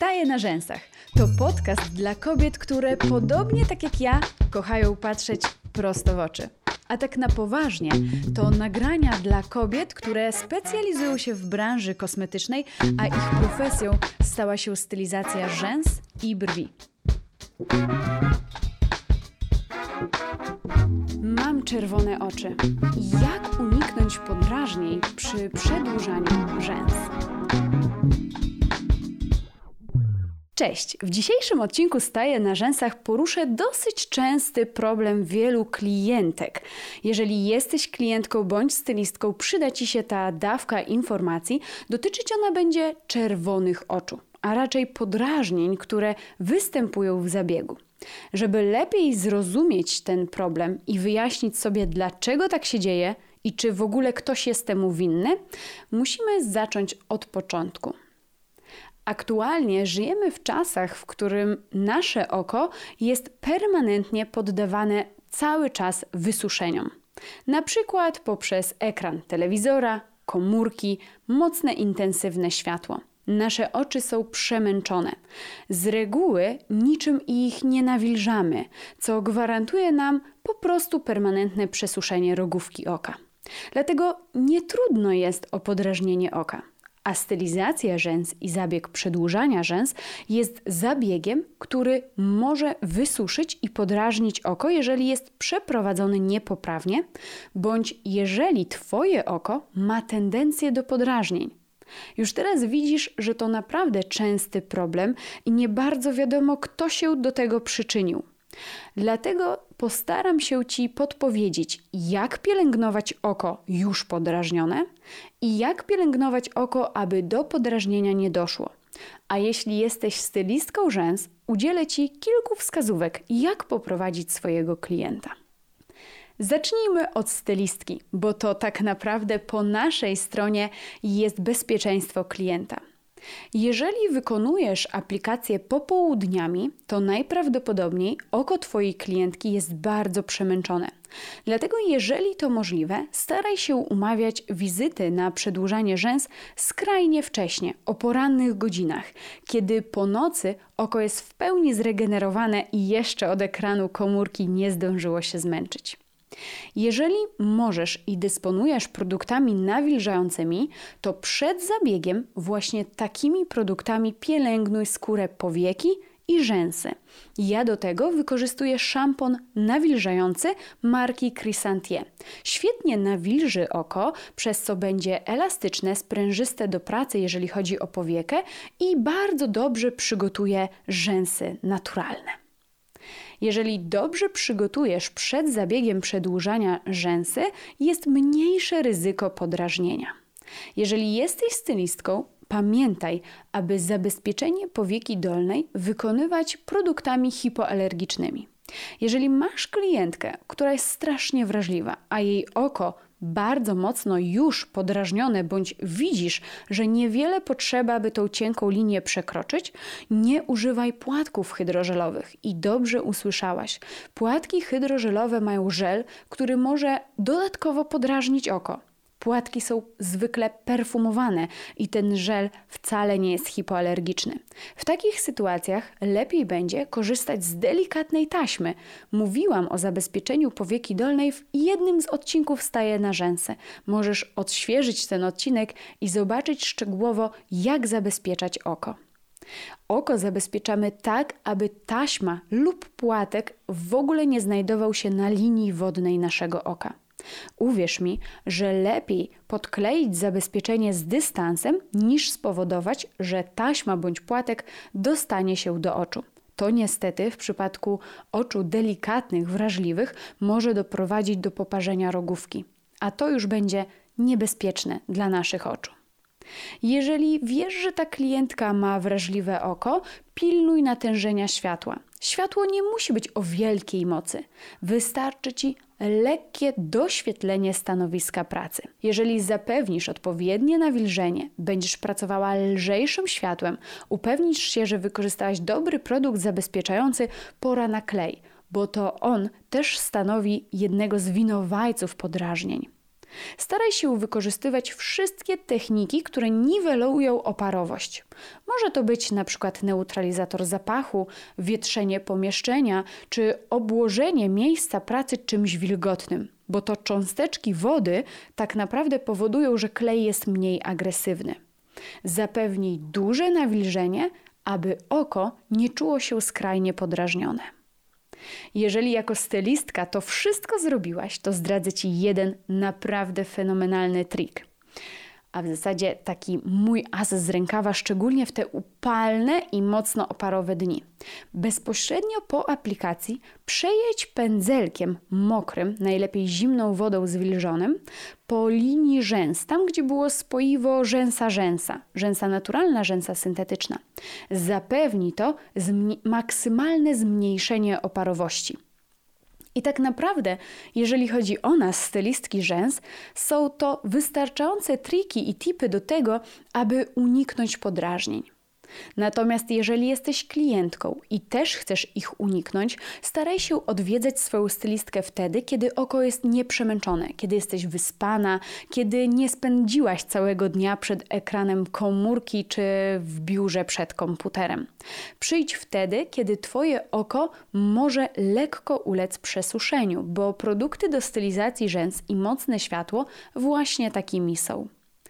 Staję na rzęsach. To podcast dla kobiet, które podobnie tak jak ja kochają patrzeć prosto w oczy. A tak na poważnie, to nagrania dla kobiet, które specjalizują się w branży kosmetycznej, a ich profesją stała się stylizacja rzęs i brwi. Mam czerwone oczy. Jak uniknąć podrażnień przy przedłużaniu rzęs? Cześć! W dzisiejszym odcinku Staję na rzęsach poruszę dosyć częsty problem wielu klientek. Jeżeli jesteś klientką bądź stylistką, przyda Ci się ta dawka informacji. Dotyczyć ona będzie czerwonych oczu, a raczej podrażnień, które występują w zabiegu. Żeby lepiej zrozumieć ten problem i wyjaśnić sobie, dlaczego tak się dzieje i czy w ogóle ktoś jest temu winny, musimy zacząć od początku. Aktualnie żyjemy w czasach, w którym nasze oko jest permanentnie poddawane cały czas wysuszeniom. Na przykład poprzez ekran telewizora, komórki, mocne intensywne światło. Nasze oczy są przemęczone. Z reguły niczym ich nie nawilżamy, co gwarantuje nam po prostu permanentne przesuszenie rogówki oka. Dlatego nie trudno jest o podrażnienie oka. A stylizacja rzęs i zabieg przedłużania rzęs jest zabiegiem, który może wysuszyć i podrażnić oko, jeżeli jest przeprowadzony niepoprawnie, bądź jeżeli Twoje oko ma tendencję do podrażnień. Już teraz widzisz, że to naprawdę częsty problem i nie bardzo wiadomo, kto się do tego przyczynił. Dlatego postaram się Ci podpowiedzieć, jak pielęgnować oko już podrażnione i jak pielęgnować oko, aby do podrażnienia nie doszło. A jeśli jesteś stylistką rzęs, udzielę Ci kilku wskazówek, jak poprowadzić swojego klienta. Zacznijmy od stylistki, bo to tak naprawdę po naszej stronie jest bezpieczeństwo klienta. Jeżeli wykonujesz aplikację popołudniami, to najprawdopodobniej oko Twojej klientki jest bardzo przemęczone. Dlatego jeżeli to możliwe, staraj się umawiać wizyty na przedłużanie rzęs skrajnie wcześnie, o porannych godzinach, kiedy po nocy oko jest w pełni zregenerowane i jeszcze od ekranu komórki nie zdążyło się zmęczyć. Jeżeli możesz i dysponujesz produktami nawilżającymi, to przed zabiegiem właśnie takimi produktami pielęgnuj skórę powieki i rzęsy. Ja do tego wykorzystuję szampon nawilżający marki Crisantier. Świetnie nawilży oko, przez co będzie elastyczne, sprężyste do pracy, jeżeli chodzi o powiekę i bardzo dobrze przygotuje rzęsy naturalne. Jeżeli dobrze przygotujesz przed zabiegiem przedłużania rzęsy, jest mniejsze ryzyko podrażnienia. Jeżeli jesteś stylistką, pamiętaj, aby zabezpieczenie powieki dolnej wykonywać produktami hipoalergicznymi. Jeżeli masz klientkę, która jest strasznie wrażliwa, a jej oko bardzo mocno już podrażnione, bądź widzisz, że niewiele potrzeba, by tą cienką linię przekroczyć, nie używaj płatków hydrożelowych. I dobrze usłyszałaś. Płatki hydrożelowe mają żel, który może dodatkowo podrażnić oko. Płatki są zwykle perfumowane i ten żel wcale nie jest hipoalergiczny. W takich sytuacjach lepiej będzie korzystać z delikatnej taśmy. Mówiłam o zabezpieczeniu powieki dolnej w jednym z odcinków Staję na rzęsy. Możesz odświeżyć ten odcinek i zobaczyć szczegółowo, jak zabezpieczać oko. Oko zabezpieczamy tak, aby taśma lub płatek w ogóle nie znajdował się na linii wodnej naszego oka. Uwierz mi, że lepiej podkleić zabezpieczenie z dystansem, niż spowodować, że taśma bądź płatek dostanie się do oczu. To niestety w przypadku oczu delikatnych, wrażliwych może doprowadzić do poparzenia rogówki, a to już będzie niebezpieczne dla naszych oczu. Jeżeli wiesz, że ta klientka ma wrażliwe oko, pilnuj natężenia światła. Światło nie musi być o wielkiej mocy. Wystarczy Ci lekkie doświetlenie stanowiska pracy. Jeżeli zapewnisz odpowiednie nawilżenie, będziesz pracowała lżejszym światłem, upewnisz się, że wykorzystałaś dobry produkt zabezpieczający, pora na klej, bo to on też stanowi jednego z winowajców podrażnień. Staraj się wykorzystywać wszystkie techniki, które niwelują oparowość. Może to być na przykład neutralizator zapachu, wietrzenie pomieszczenia czy obłożenie miejsca pracy czymś wilgotnym, bo to cząsteczki wody tak naprawdę powodują, że klej jest mniej agresywny. Zapewnij duże nawilżenie, aby oko nie czuło się skrajnie podrażnione. Jeżeli jako stylistka to wszystko zrobiłaś, to zdradzę Ci jeden naprawdę fenomenalny trik. A w zasadzie taki mój as z rękawa, szczególnie w te upalne i mocno oparowe dni. Bezpośrednio po aplikacji przejedź pędzelkiem mokrym, najlepiej zimną wodą zwilżonym, po linii rzęs, tam gdzie było spoiwo rzęsa, rzęsa naturalna, rzęsa syntetyczna. Zapewni to maksymalne zmniejszenie oparowości. I tak naprawdę, jeżeli chodzi o nas, stylistki rzęs, są to wystarczające triki i tipy do tego, aby uniknąć podrażnień. Natomiast jeżeli jesteś klientką i też chcesz ich uniknąć, staraj się odwiedzać swoją stylistkę wtedy, kiedy oko jest nieprzemęczone, kiedy jesteś wyspana, kiedy nie spędziłaś całego dnia przed ekranem komórki czy w biurze przed komputerem. Przyjdź wtedy, kiedy Twoje oko może lekko ulec przesuszeniu, bo produkty do stylizacji rzęs i mocne światło właśnie takimi są.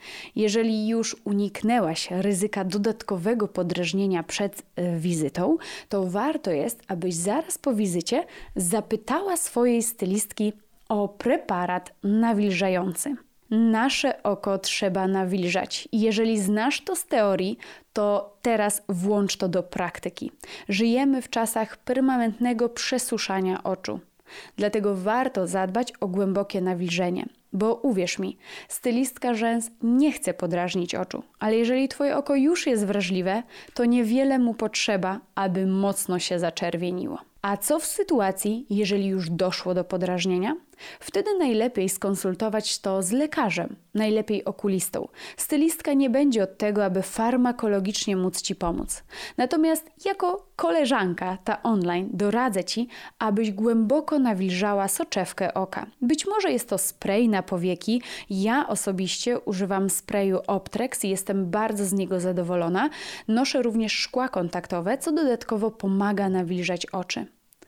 Jeżeli już uniknęłaś ryzyka dodatkowego podrażnienia przed wizytą, to warto jest, abyś zaraz po wizycie zapytała swojej stylistki o preparat nawilżający. Nasze oko trzeba nawilżać i jeżeli znasz to z teorii, to teraz włącz to do praktyki. Żyjemy w czasach permanentnego przesuszania oczu. Dlatego warto zadbać o głębokie nawilżenie. Bo uwierz mi, stylistka rzęs nie chce podrażnić oczu, ale jeżeli Twoje oko już jest wrażliwe, to niewiele mu potrzeba, aby mocno się zaczerwieniło. A co w sytuacji, jeżeli już doszło do podrażnienia? Wtedy najlepiej skonsultować to z lekarzem, najlepiej okulistą. Stylistka nie będzie od tego, aby farmakologicznie móc Ci pomóc. Natomiast jako koleżanka, ta online, doradzę Ci, abyś głęboko nawilżała soczewkę oka. Być może jest to spray na powieki. Ja osobiście używam sprayu Optrex i jestem bardzo z niego zadowolona. Noszę również szkła kontaktowe, co dodatkowo pomaga nawilżać oczy.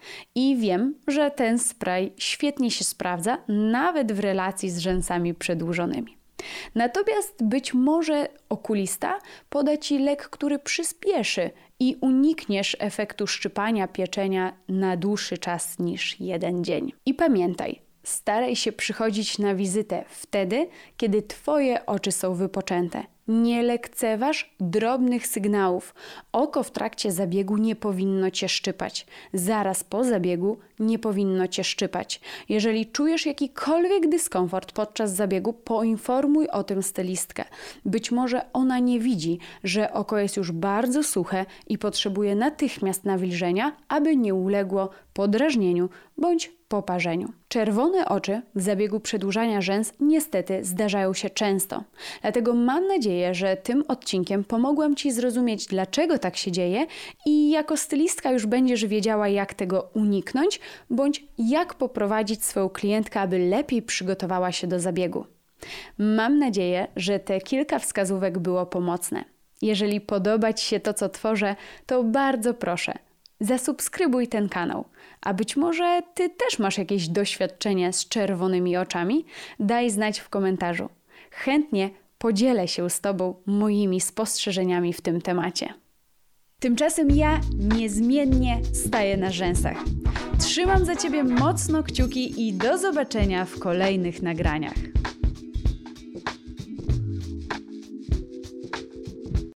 I wiem, że ten spray świetnie się sprawdza, nawet w relacji z rzęsami przedłużonymi. Natomiast być może okulista poda Ci lek, który przyspieszy i unikniesz efektu szczypania, pieczenia na dłuższy czas niż 1 dzień. I pamiętaj, staraj się przychodzić na wizytę wtedy, kiedy Twoje oczy są wypoczęte. Nie lekceważ drobnych sygnałów. Oko w trakcie zabiegu nie powinno Cię szczypać. Zaraz po zabiegu nie powinno Cię szczypać. Jeżeli czujesz jakikolwiek dyskomfort podczas zabiegu, poinformuj o tym stylistkę. Być może ona nie widzi, że oko jest już bardzo suche i potrzebuje natychmiast nawilżenia, aby nie uległo podrażnieniu bądź poparzeniu. Czerwone oczy w zabiegu przedłużania rzęs niestety zdarzają się często. Dlatego mam nadzieję, że tym odcinkiem pomogłam Ci zrozumieć, dlaczego tak się dzieje i jako stylistka już będziesz wiedziała, jak tego uniknąć, bądź jak poprowadzić swoją klientkę, aby lepiej przygotowała się do zabiegu. Mam nadzieję, że te kilka wskazówek było pomocne. Jeżeli podoba Ci się to, co tworzę, to bardzo proszę, zasubskrybuj ten kanał, a być może Ty też masz jakieś doświadczenie z czerwonymi oczami? Daj znać w komentarzu. Chętnie podzielę się z Tobą moimi spostrzeżeniami w tym temacie. Tymczasem ja niezmiennie staję na rzęsach. Trzymam za Ciebie mocno kciuki i do zobaczenia w kolejnych nagraniach.